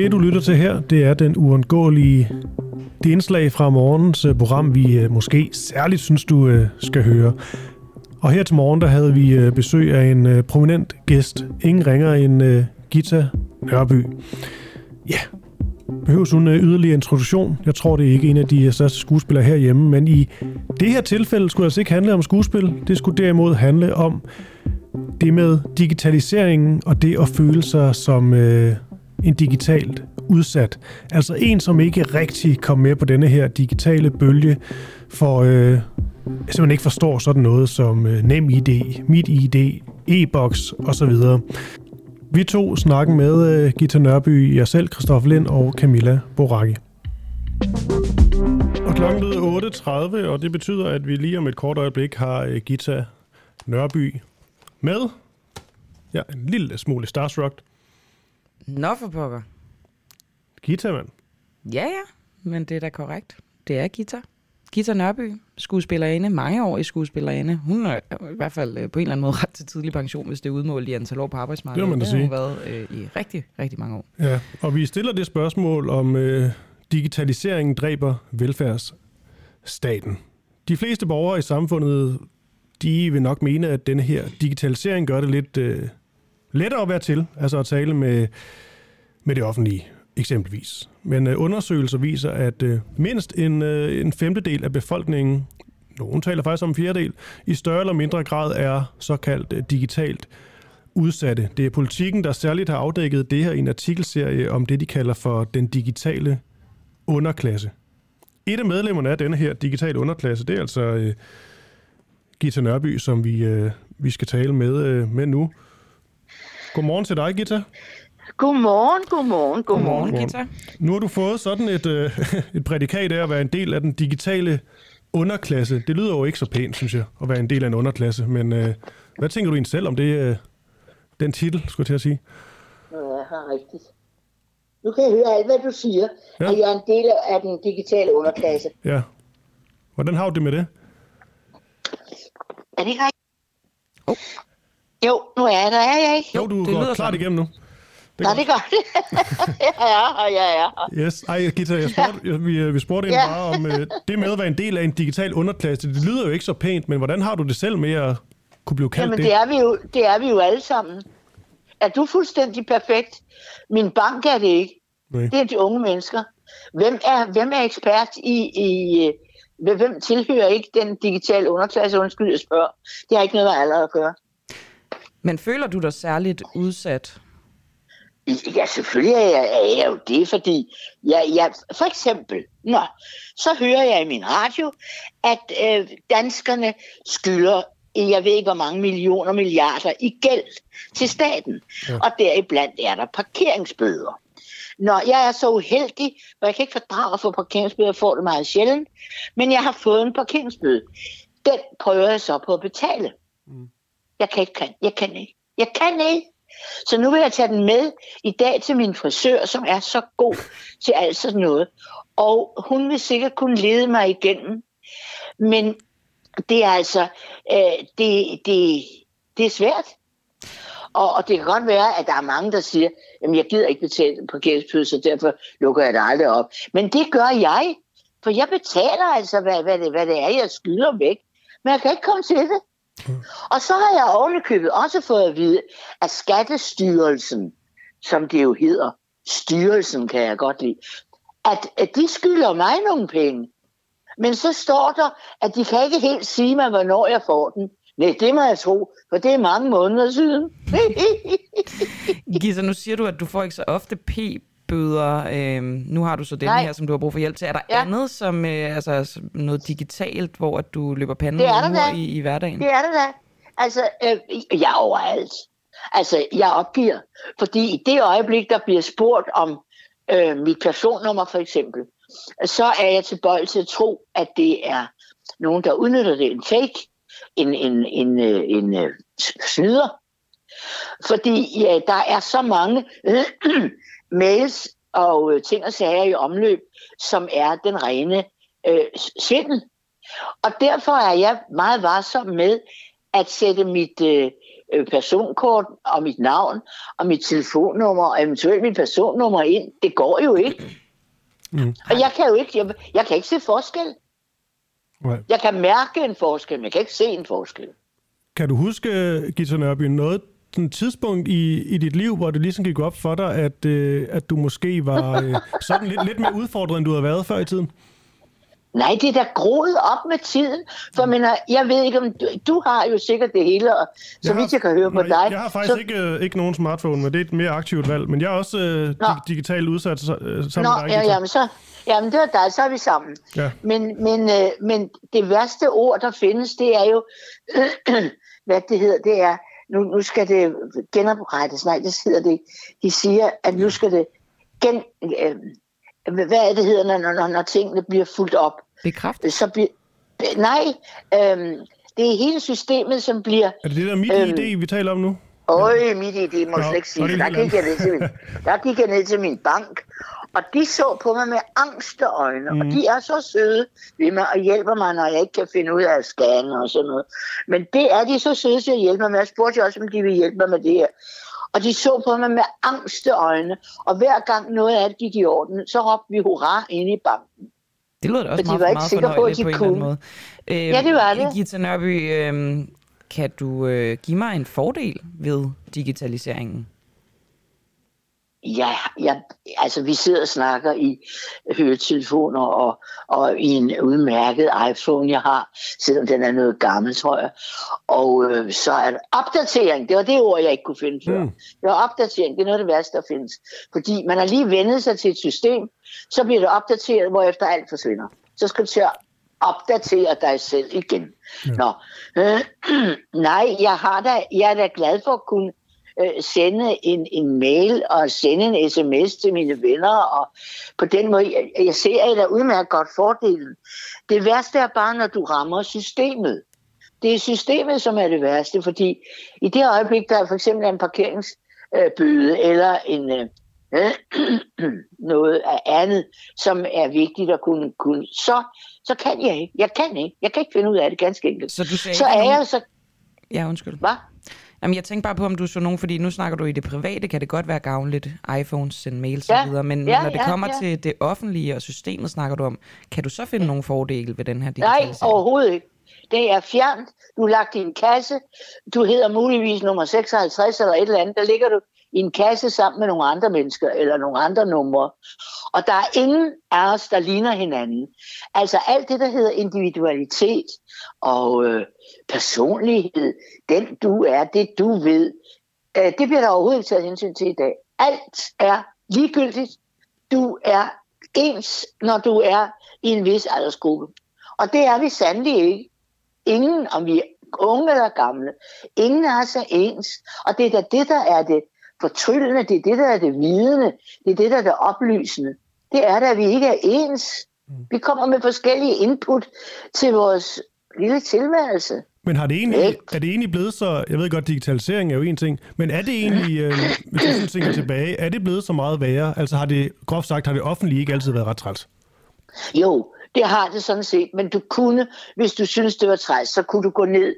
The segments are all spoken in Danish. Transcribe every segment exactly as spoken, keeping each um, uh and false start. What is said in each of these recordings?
Det, du lytter til her, det er den uundgåelige det indslag fra morgens program, vi måske særligt synes, du skal høre. Og her til morgen, der havde vi besøg af en prominent gæst. Ingen ringer end Ghita Nørby. Ja, behøves hun yderligere introduktion? Jeg tror, det er ikke en af de største skuespillere herhjemme, men i det her tilfælde skulle det altså ikke handle om skuespil. Det skulle derimod handle om det med digitaliseringen og det at føle sig som øh, en digitalt udsat. Altså en, som ikke rigtig kom med på denne her digitale bølge, for øh, simpelthen ikke forstår sådan noget som øh, NemID, MitID, e-boks osv. Vi to snakker med øh, Ghita Nørby, jeg selv, Christoffer Lind og Camilla Boracchi. Og klokken lyder otte tredive, og det betyder, at vi lige om et kort øjeblik har øh, Ghita Nørby med. Ja, en lille smule starstruck. Nå for pokker. Ghita, mand. Ja, ja, men det er da korrekt. Det er Ghita. Ghita Nørby, skuespillerinde, mange år i skuespillerinde. Hun er i hvert fald på en eller anden måde ret til tidlig pension, hvis det er udmålt i antal år på arbejdsmarkedet. Det må man da sige. Det har hun været øh, i rigtig, rigtig mange år. Ja, og vi stiller det spørgsmål om øh, digitaliseringen dræber velfærdsstaten. De fleste borgere i samfundet, de vil nok mene, at denne her digitalisering gør det lidt øh, lettere at være til, altså at tale med, med det offentlige. Eksempelvis. Men øh, undersøgelser viser, at øh, mindst en, øh, en femtedel af befolkningen, nogen taler faktisk om en fjerdedel, i større eller mindre grad er såkaldt øh, digitalt udsatte. Det er Politikken, der særligt har afdækket det her i en artikelserie om det, de kalder for den digitale underklasse. Et af medlemmerne af denne her digitale underklasse, det er altså øh, Ghita Nørby, som vi, øh, vi skal tale med, øh, med nu. Godmorgen til dig, Ghita. Godmorgen, godmorgen, Godmorgen, godmorgen. Ghita. Nu har du fået sådan et, øh, et prædikat af at være en del af den digitale underklasse. Det lyder jo ikke så pænt, synes jeg, at være en del af en underklasse. Men øh, hvad tænker du egentlig selv om det, øh, den titel, skulle jeg til at sige? Ja, rigtigt. Nu kan jeg høre alt, hvad du siger, Ja. og jeg er en del af den digitale underklasse. Ja. Hvordan har du det med det? Er det ikke rigtigt? Oh. Jo, nu er jeg der, er jeg ikke? Jo, du det går lyder klart sådan. igennem nu. Det Nå, det gør det. ja, ja, ja, ja. Yes. Ej, Ghita, jeg spurgte, vi, vi spurgte ja. bare om øh, det med at være en del af en digital underklasse. Det lyder jo ikke så pænt, men hvordan har du det selv med at kunne blive kaldt Jamen, det? det er, vi jo, det er vi jo alle sammen. Er du fuldstændig perfekt? Min bank er det ikke. Nej. Det er de unge mennesker. Hvem er, hvem er ekspert i... i hvem tilhører ikke den digitale underklasse? Undskyld, jeg spørger. Det har ikke noget med alder at gøre. Men føler du dig særligt udsat? Ja, selvfølgelig er jeg, er jeg jo det, fordi jeg, jeg, for eksempel, nå, så hører jeg i min radio, at øh, danskerne skylder, jeg ved ikke hvor mange millioner milliarder i gæld til staten, ja. Og deriblandt er der parkeringsbøder. Når jeg er så uheldig, og jeg kan ikke fordrage at få parkeringsbøder, jeg får det meget sjældent, men jeg har fået en parkeringsbøde. Den prøver jeg så på at betale. Mm. Jeg kan ikke, jeg kan ikke, jeg kan ikke. Så nu vil jeg tage den med i dag til min frisør, som er så god til alt sådan noget. Og hun vil sikkert kunne lede mig igennem. Men det er altså, øh, det, det, det er svært. Og, og det kan godt være, at der er mange, der siger, jamen jeg gider ikke betale parkeringsbøde, så derfor lukker jeg det aldrig op. Men det gør jeg, for jeg betaler altså, hvad, hvad, det, hvad det er, jeg skylder væk. Men jeg kan ikke komme til det. Og så har jeg ovenikøbet også fået at vide, at Skattestyrelsen, som det jo hedder, styrelsen kan jeg godt lide, at, at de skylder mig nogle penge. Men så står der, at de kan ikke helt sige mig, hvornår jeg får den. Nej, det må jeg tro, for det er mange måneder siden. Ghita, nu siger du, at du får ikke så ofte p-bøder. Øhm, nu har du så den Nej. her, som du har brug for hjælp til. Er der Ja. andet, som øh, altså noget digitalt, hvor at du løber panden Det er der ud da. i, i hverdagen? Det er det da. Altså, øh, jeg er overalt. Altså, jeg opgiver. Fordi i det øjeblik, der bliver spurgt om øh, mit personnummer for eksempel, så er jeg tilbøjelig til at tro, at det er nogen, der udnytter det. En fake. En, en, en, en, en øh, snyder. Fordi ja, der er så mange øh, mails og øh, ting og sager i omløb, som er den rene øh, svindel. Og derfor er jeg meget varsom med at sætte mit øh, personkort og mit navn og mit telefonnummer og eventuelt mit personnummer ind. Det går jo ikke. Mm. Og jeg kan jo ikke, jeg, jeg kan ikke se forskel. Right. Jeg kan mærke en forskel, men jeg kan ikke se en forskel. Kan du huske, Ghita Nørby, noget sådan tidspunkt i, i dit liv, hvor det ligesom gik op for dig, at, øh, at du måske var øh, sådan lidt, lidt mere udfordret, end du havde været før i tiden? Nej, det er da groet op med tiden. For men, jeg ved ikke, om du, du har jo sikkert det hele, og så jeg vidt har, jeg kan høre på nej, dig. Jeg har faktisk så, ikke, øh, ikke nogen smartphone, men det er et mere aktivt valg. Men jeg er også øh, dig, digitalt udsat øh, sammen Nå, med dig. Ja, jamen, så, jamen, det er dig, så er vi sammen. Ja. Men, men, øh, men det værste ord, der findes, det er jo, øh, hvad det hedder, det er, nu, nu skal det genoprettes. Nej, det hedder det. De siger, at nu skal det gen... Øh, hvad er det hedder, når, når, når tingene bliver fuldt op? Bekræftet? Så bliver, nej, øhm, det er hele systemet, som bliver... Er det det der MitID, øhm, vi taler om nu? Øj, MitID må jeg slet ikke sige. Der gik, jeg ned til min, der gik jeg ned til min bank, og de så på mig med angsteøjne, mm. og de er så søde ved mig og hjælper mig, når jeg ikke kan finde ud af at scanne og sådan noget. Men det er de så søde til at hjælpe mig med. Jeg spurgte også, om de vil hjælpe mig med det her. Og de så på mig med angsteøjne, og hver gang noget af det gik i orden, så råbte vi hurra inde i banken. Det lyder da også meget, meget fornøjeligt på, på en eller anden måde. Øhm, ja, det var det. Ghita Nørby, øhm, kan du øh, give mig en fordel ved digitaliseringen? Ja, ja, altså vi sidder og snakker i høretelefoner og, og i en udmærket iPhone, jeg har, selvom den er noget gammel, tror jeg. Og øh, så er der opdatering, det var det ord, jeg ikke kunne finde før. Mm. Det var opdatering, det er noget af det værste, der findes. Fordi man har lige vendet sig til et system, så bliver det opdateret, hvorefter alt forsvinder. Så skal du til at opdatere dig selv igen. Ja. Nå, øh, nej, jeg, har da, jeg er da glad for at kunne sende en, en mail og sende en sms til mine venner, og på den måde, jeg, jeg ser, at der udmærket godt fordelen. Det værste er bare, når du rammer systemet. Det er systemet, som er det værste, fordi i det øjeblik, der er for eksempel en parkeringsbøde øh, eller en øh, noget af andet, som er vigtigt at kunne, kunne så, så kan jeg ikke. Jeg kan ikke. Jeg kan ikke finde ud af det ganske enkelt. Så du sagde så er jeg så... Ja, undskyld. Hvad? Jamen, jeg tænker bare på, om du så nogen, fordi nu snakker du i det private, kan det godt være gavnligt, iPhones, sende mails og ja, så videre, men ja, når det ja, kommer ja. til det offentlige og systemet, snakker du om, kan du så finde nogle fordele ved den her digitalisering? Nej, overhovedet ikke. Det er fjernt. Du har lagt i en kasse. Du hedder muligvis nummer seksoghalvtreds eller et eller andet. Der ligger du i en kasse sammen med nogle andre mennesker eller nogle andre numre. Og der er ingen af os, der ligner hinanden. Altså alt det, der hedder individualitet og øh, personlighed, den du er, det du ved, øh, det bliver der overhovedet ikke taget hensyn til i dag. Alt er ligegyldigt. Du er ens, når du er i en vis aldersgruppe. Og det er vi sandelig ikke. Ingen, om vi er unge eller gamle, ingen er så ens. Og det er da det, der er det fortryllende, det er det, der er det vidende, det er det, der er det oplysende. Det er da, at vi ikke er ens. Vi kommer med forskellige input til vores lille tilværelse. Men har det egentlig, er det egentlig blevet så, jeg ved godt, digitalisering er jo en ting, men er det egentlig, øh, hvis du sådan tænker tilbage, er det blevet så meget værre? Altså har det, groft sagt, har det offentlige ikke altid været ret træls? Jo, det har det sådan set, men du kunne, hvis du synes det var træls, så kunne du gå ned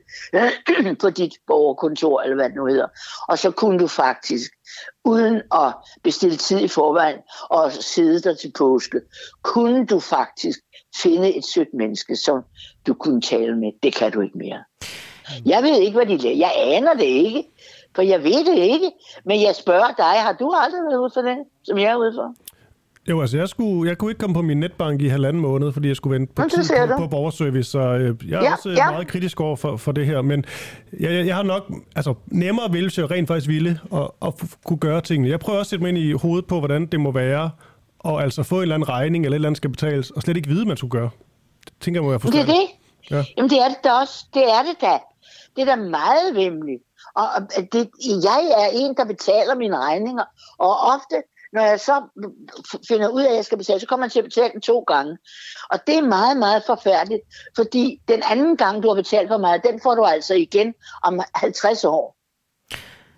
på dit borgerkontor, eller hvad det nu hedder, og så kunne du faktisk, uden at bestille tid i forvejen og sidde der til påske, kunne du faktisk finde et sødt menneske, som du kunne tale med. Det kan du ikke mere. Jeg ved ikke, hvad de laver. Jeg aner det ikke, for jeg ved det ikke, men jeg spørger dig, har du aldrig været ude for det, som jeg er ude for? Jo, altså jeg, skulle, jeg kunne ikke komme på min netbank i halvanden måned, fordi jeg skulle vente på, tid på, på borgerservice, så øh, jeg er ja, også ja. meget kritisk over for, for det her, men jeg, jeg har nok altså, nemmere vil, hvis jeg rent faktisk ville at, at kunne gøre tingene. Jeg prøver også at sætte mig ind i hovedet på, hvordan det må være, og altså få en eller anden regning, eller et eller andet skal betales, og slet ikke vide, hvad man skulle gøre. Det tænker jeg, må jeg forstå. Det er det. Ja. Jamen det er det da også. Det er det da. Det er da meget vemmeligt. Og det, jeg er en, der betaler mine regninger, og ofte når jeg så finder ud af, at jeg skal betale, så kommer man til at betale den to gange. Og det er meget, meget forfærdeligt, fordi den anden gang, du har betalt for mig, den får du altså igen om halvtreds år.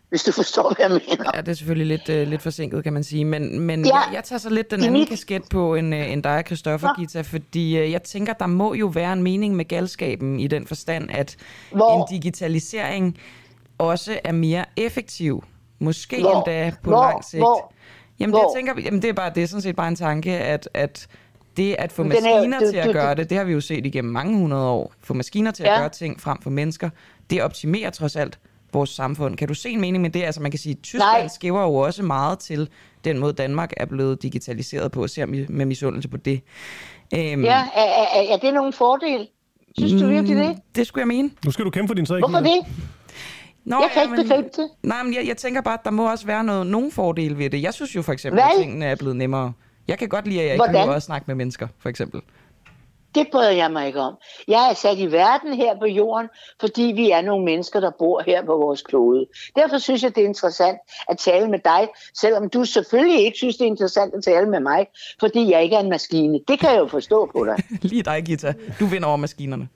hvis du forstår, hvad jeg mener. Ja, det er selvfølgelig lidt, øh, lidt forsinket, kan man sige. Men, men ja, jeg, jeg tager så lidt den anden mit... kasket på, end, øh, end dig, Christoffer, Gita, fordi øh, jeg tænker, der må jo være en mening med galskaben i den forstand, at Hvor? en digitalisering også er mere effektiv. Måske Hvor? endda på Hvor? lang sigt. Hvor? Jamen, det, jeg tænker, jamen, det er bare det er sådan set bare en tanke, at, at det at få maskiner er, du, til at du, gøre du, det, det har vi jo set igennem mange hundrede år. Få maskiner til ja. at gøre ting frem for mennesker, det optimerer trods alt vores samfund. Kan du se en mening med det? Altså man kan sige, at Tyskland skæver jo også meget til den måde, Danmark er blevet digitaliseret på, og ser med misundelse på det. Øhm, ja, er, er, er det nogen fordel? Synes du virkelig det? Det skulle jeg mene. Nu skal du kæmpe for din sag. Hvorfor det? Nå, jeg kan ja, ikke begribe det. Nej, men jeg, jeg tænker bare, at der må også være noget, nogen fordele ved det. Jeg synes jo for eksempel, Hvad? at tingene er blevet nemmere. Jeg kan godt lide, at jeg ikke behøver at snakke med mennesker, for eksempel. Det bryder jeg mig ikke om. Jeg er sat i verden her på jorden, fordi vi er nogle mennesker, der bor her på vores klode. Derfor synes jeg, det er interessant at tale med dig, selvom du selvfølgelig ikke synes, det er interessant at tale med mig, fordi jeg ikke er en maskine. Det kan jeg jo forstå på dig. Lige dig, Gita. Du vinder over maskinerne.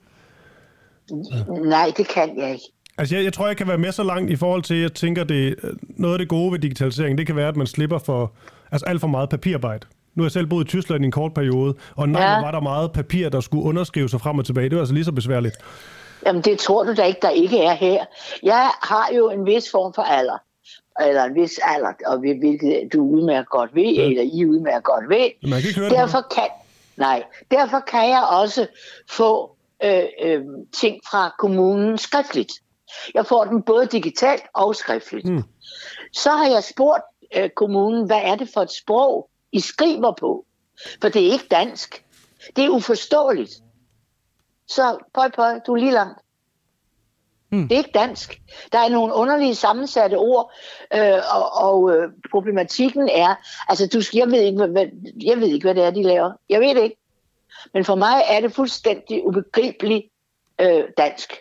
Nej, det kan jeg ikke. Altså, jeg, jeg tror, jeg kan være med så langt i forhold til, at jeg tænker, det noget af det gode ved digitalisering, det kan være, at man slipper for altså alt for meget papirarbejde. Nu har jeg selv boet i Tyskland i en kort periode, og nej, ja. var der meget papir, der skulle underskrive sig frem og tilbage. Det var altså lige så besværligt. Jamen, det tror du da ikke, der ikke er her. Jeg har jo en vis form for alder, eller en vis alder, og hvilket du udmærker godt ved, ja. eller I udmærker godt ved. Man kan ikke høre derfor det. Kan, nej, derfor kan jeg også få øh, øh, ting fra kommunen skriftligt. Jeg får dem både digitalt og skriftligt. Hmm. Så har jeg spurgt øh, kommunen, hvad er det for et sprog, I skriver på? For det er ikke dansk. Det er uforståeligt. Så pøj, pøj, du er lige langt. Hmm. Det er ikke dansk. Der er nogle underlige sammensatte ord, øh, og, og øh, problematikken er, altså du, jeg, ved ikke, hvad, jeg ved ikke, hvad det er, de laver. Jeg ved det ikke. Men for mig er det fuldstændig ubegribeligt øh, dansk.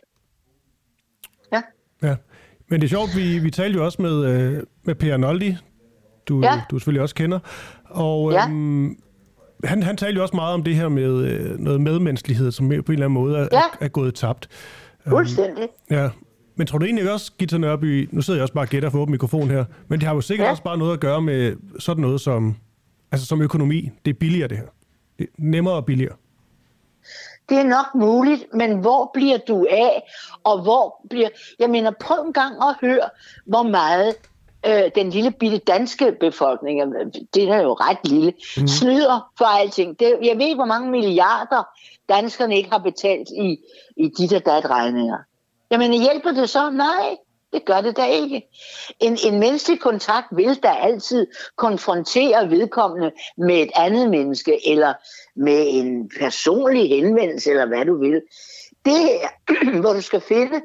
Ja. Ja. Men det er sjovt, vi, vi talte jo også med, øh, med Per Arnoldi, du, ja. du selvfølgelig også kender. Og ja. øhm, han, han talte jo også meget om det her med øh, noget medmenneskelighed, som på en eller anden måde er, ja. er, er gået tabt. Fuldstændig. Um, ja. Men tror du egentlig også, Gita Nørby, nu sidder jeg også bare og gætter for åben mikrofon her, men det har jo sikkert ja. også bare noget at gøre med sådan noget som, altså som økonomi. Det er billigere det her. Det er nemmere og billigere. Det er nok muligt, men hvor bliver du af, og hvor bliver... Jeg mener, prøv en gang at høre, hvor meget øh, den lille bitte danske befolkning, det er jo ret lille, mm. snyder for alting. Det, jeg ved ikke, hvor mange milliarder danskerne ikke har betalt i, i dit og dat regninger. Jeg mener, hjælper det så? Nej, det gør det da ikke. En, en menneskelig kontakt vil da altid konfrontere vedkommende med et andet menneske, eller med en personlig henvendelse, eller hvad du vil. Det her, hvor du skal finde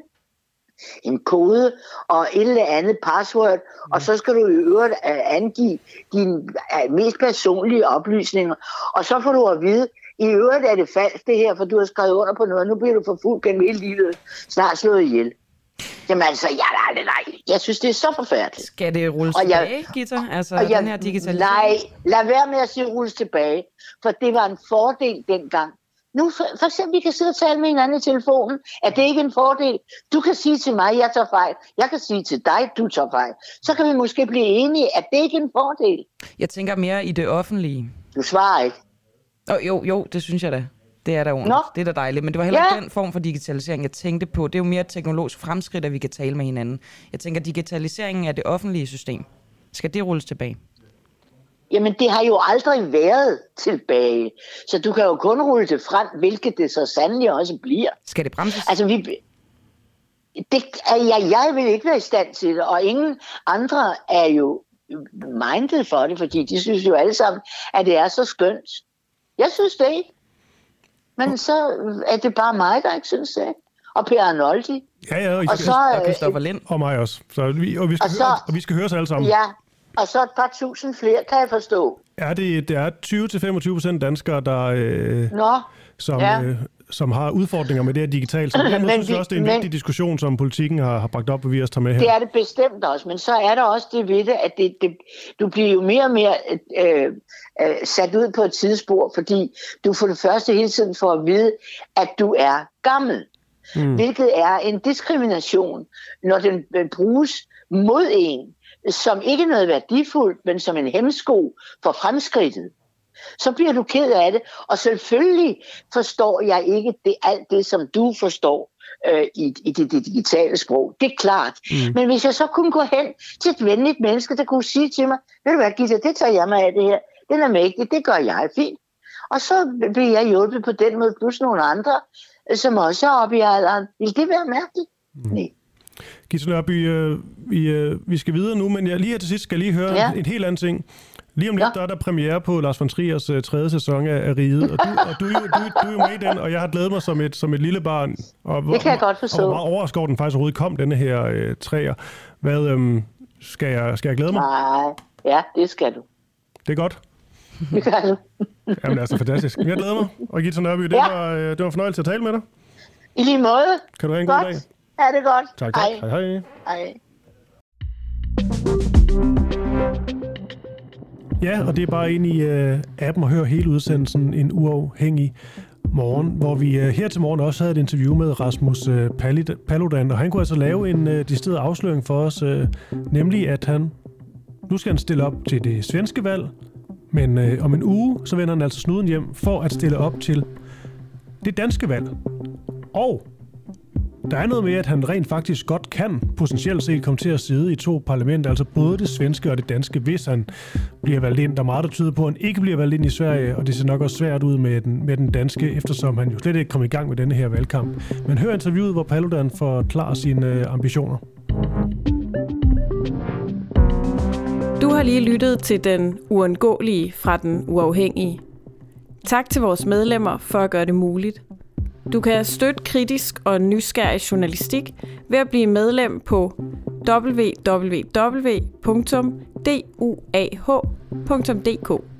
en kode og et eller andet password, mm. og så skal du i øvrigt angive dine mest personlige oplysninger, og så får du at vide, i øvrigt er det falsk det her, for du har skrevet under på noget, og nu bliver du forfulgt gennem hele livet, snart slået ihjel. Jamen altså, ja, nej, nej. Jeg synes, det er så forfærdeligt. Skal det rulles og tilbage, jeg, Gita? Altså, og jeg, den her digitalisering? Nej, lad være med at sige rulles tilbage, for det var en fordel dengang. Nu for, for eksempel, vi kan sidde og tale med hinanden i telefonen. Er det ikke en fordel? Du kan sige til mig, jeg tager fejl. Jeg kan sige til dig, du tager fejl. Så kan vi måske blive enige, at det ikke er en fordel. Jeg tænker mere i det offentlige. Du svarer ikke. Oh, jo, jo, det synes jeg da. Det er da ordentligt. Nå. Det er da dejligt. Men det var heller ja. ikke den form for digitalisering, jeg tænkte på. Det er jo mere et teknologisk fremskridt, at vi kan tale med hinanden. Jeg tænker, digitaliseringen af det offentlige system. Skal det rulles tilbage? Jamen, det har jo aldrig været tilbage. Så du kan jo kun rulle det frem, hvilket det så sandelig også bliver. Skal det bremses? Altså, vi... Det, jeg, jeg vil ikke være i stand til det, og ingen andre er jo minded for det, fordi de synes jo alle sammen, at det er så skønt. Jeg synes det ikke. Men så er det bare mig, der ikke synes det. Og Per Arnoldi. Ja, ja, og, og, så, og Christoffer Lind. Og mig også. Så vi, og, vi skal og, så, høre, og vi skal høre os alle sammen. Ja, og så et par tusind flere, kan jeg forstå. Ja, det, det er tyve til femogtyve procent danskere, der, øh, Nå, som, ja. øh, som har udfordringer med det her digitalt. Så jeg synes også, det er en men, vigtig diskussion, som politikken har, har bragt op, og vi også tager med her. Det er det bestemt også, men så er der også det ved det, at det, det, du bliver jo mere og mere øh, øh, sat ud på et tidsspor, fordi du for det første hele tiden får at vide, at du er gammel. mm. hvilket er en diskrimination, når den bruges mod en, som ikke er noget værdifuldt, men som en hemsko for fremskridtet. Så bliver du ked af det, og selvfølgelig forstår jeg ikke det, alt det, som du forstår øh, i, i det, det digitale sprog. Det er klart. Mm. Men hvis jeg så kunne gå hen til et venligt menneske, der kunne sige til mig, ved du hvad, Gitte, det tager jeg mig af det her. Den er mægtig, det gør jeg fint. Og så bliver jeg hjulpet på den måde, plus nogle andre, som også er oppe i alderen. Vil det være mærkeligt? Mm. Nej. Gitte Nørby, øh, vi, øh, vi skal videre nu, men jeg lige her til sidst skal lige høre ja. en, en helt anden ting. Lige om lidt, ja. der er der premiere på Lars von Triers uh, tredje sæson af, af Riget, og, du, og du, du, du er jo med i den, og jeg har glædet mig som et, som et lille barn. Og, det kan jeg godt forstå. Og hvor meget overrasket den faktisk overhovedet kom, denne her uh, træer. Hvad, um, skal, jeg, skal jeg glæde mig? Nej, ja, det skal du. Det er godt. Det gør du. Jamen, det er så fantastisk. Jeg glæder mig. Og Gitte Nørby, det, ja. var, det var en fornøjelse at tale med dig. I lige måde. Kan du have en godt. god dag? Ja, det er godt. Tak, tak. Hej. Hej, hej. Hej. Ja, og det er bare ind i uh, appen og høre hele udsendelsen En Uafhængig Morgen, hvor vi uh, her til morgen også havde et interview med Rasmus uh, Paludan, og han kunne altså lave en uh, decideret afsløring for os, uh, nemlig at han, nu skal han stille op til det svenske valg, men uh, om en uge, så vender han altså snuden hjem for at stille op til det danske valg. Og der er noget med, at han rent faktisk godt kan potentielt set komme til at sidde i to parlamenter, altså både det svenske og det danske, hvis han bliver valgt ind. Der er meget, der tyder på, at han ikke bliver valgt ind i Sverige, og det ser nok også svært ud med den, med den danske, eftersom han jo slet ikke kom i gang med denne her valgkamp. Men hør interviewet, hvor Paludan forklarer sine ambitioner. Du har lige lyttet til Den Uundgåelige fra Den Uafhængige. Tak til vores medlemmer for at gøre det muligt. Du kan støtte kritisk og nysgerrig journalistik ved at blive medlem på w w w punktum d u a h punktum d k.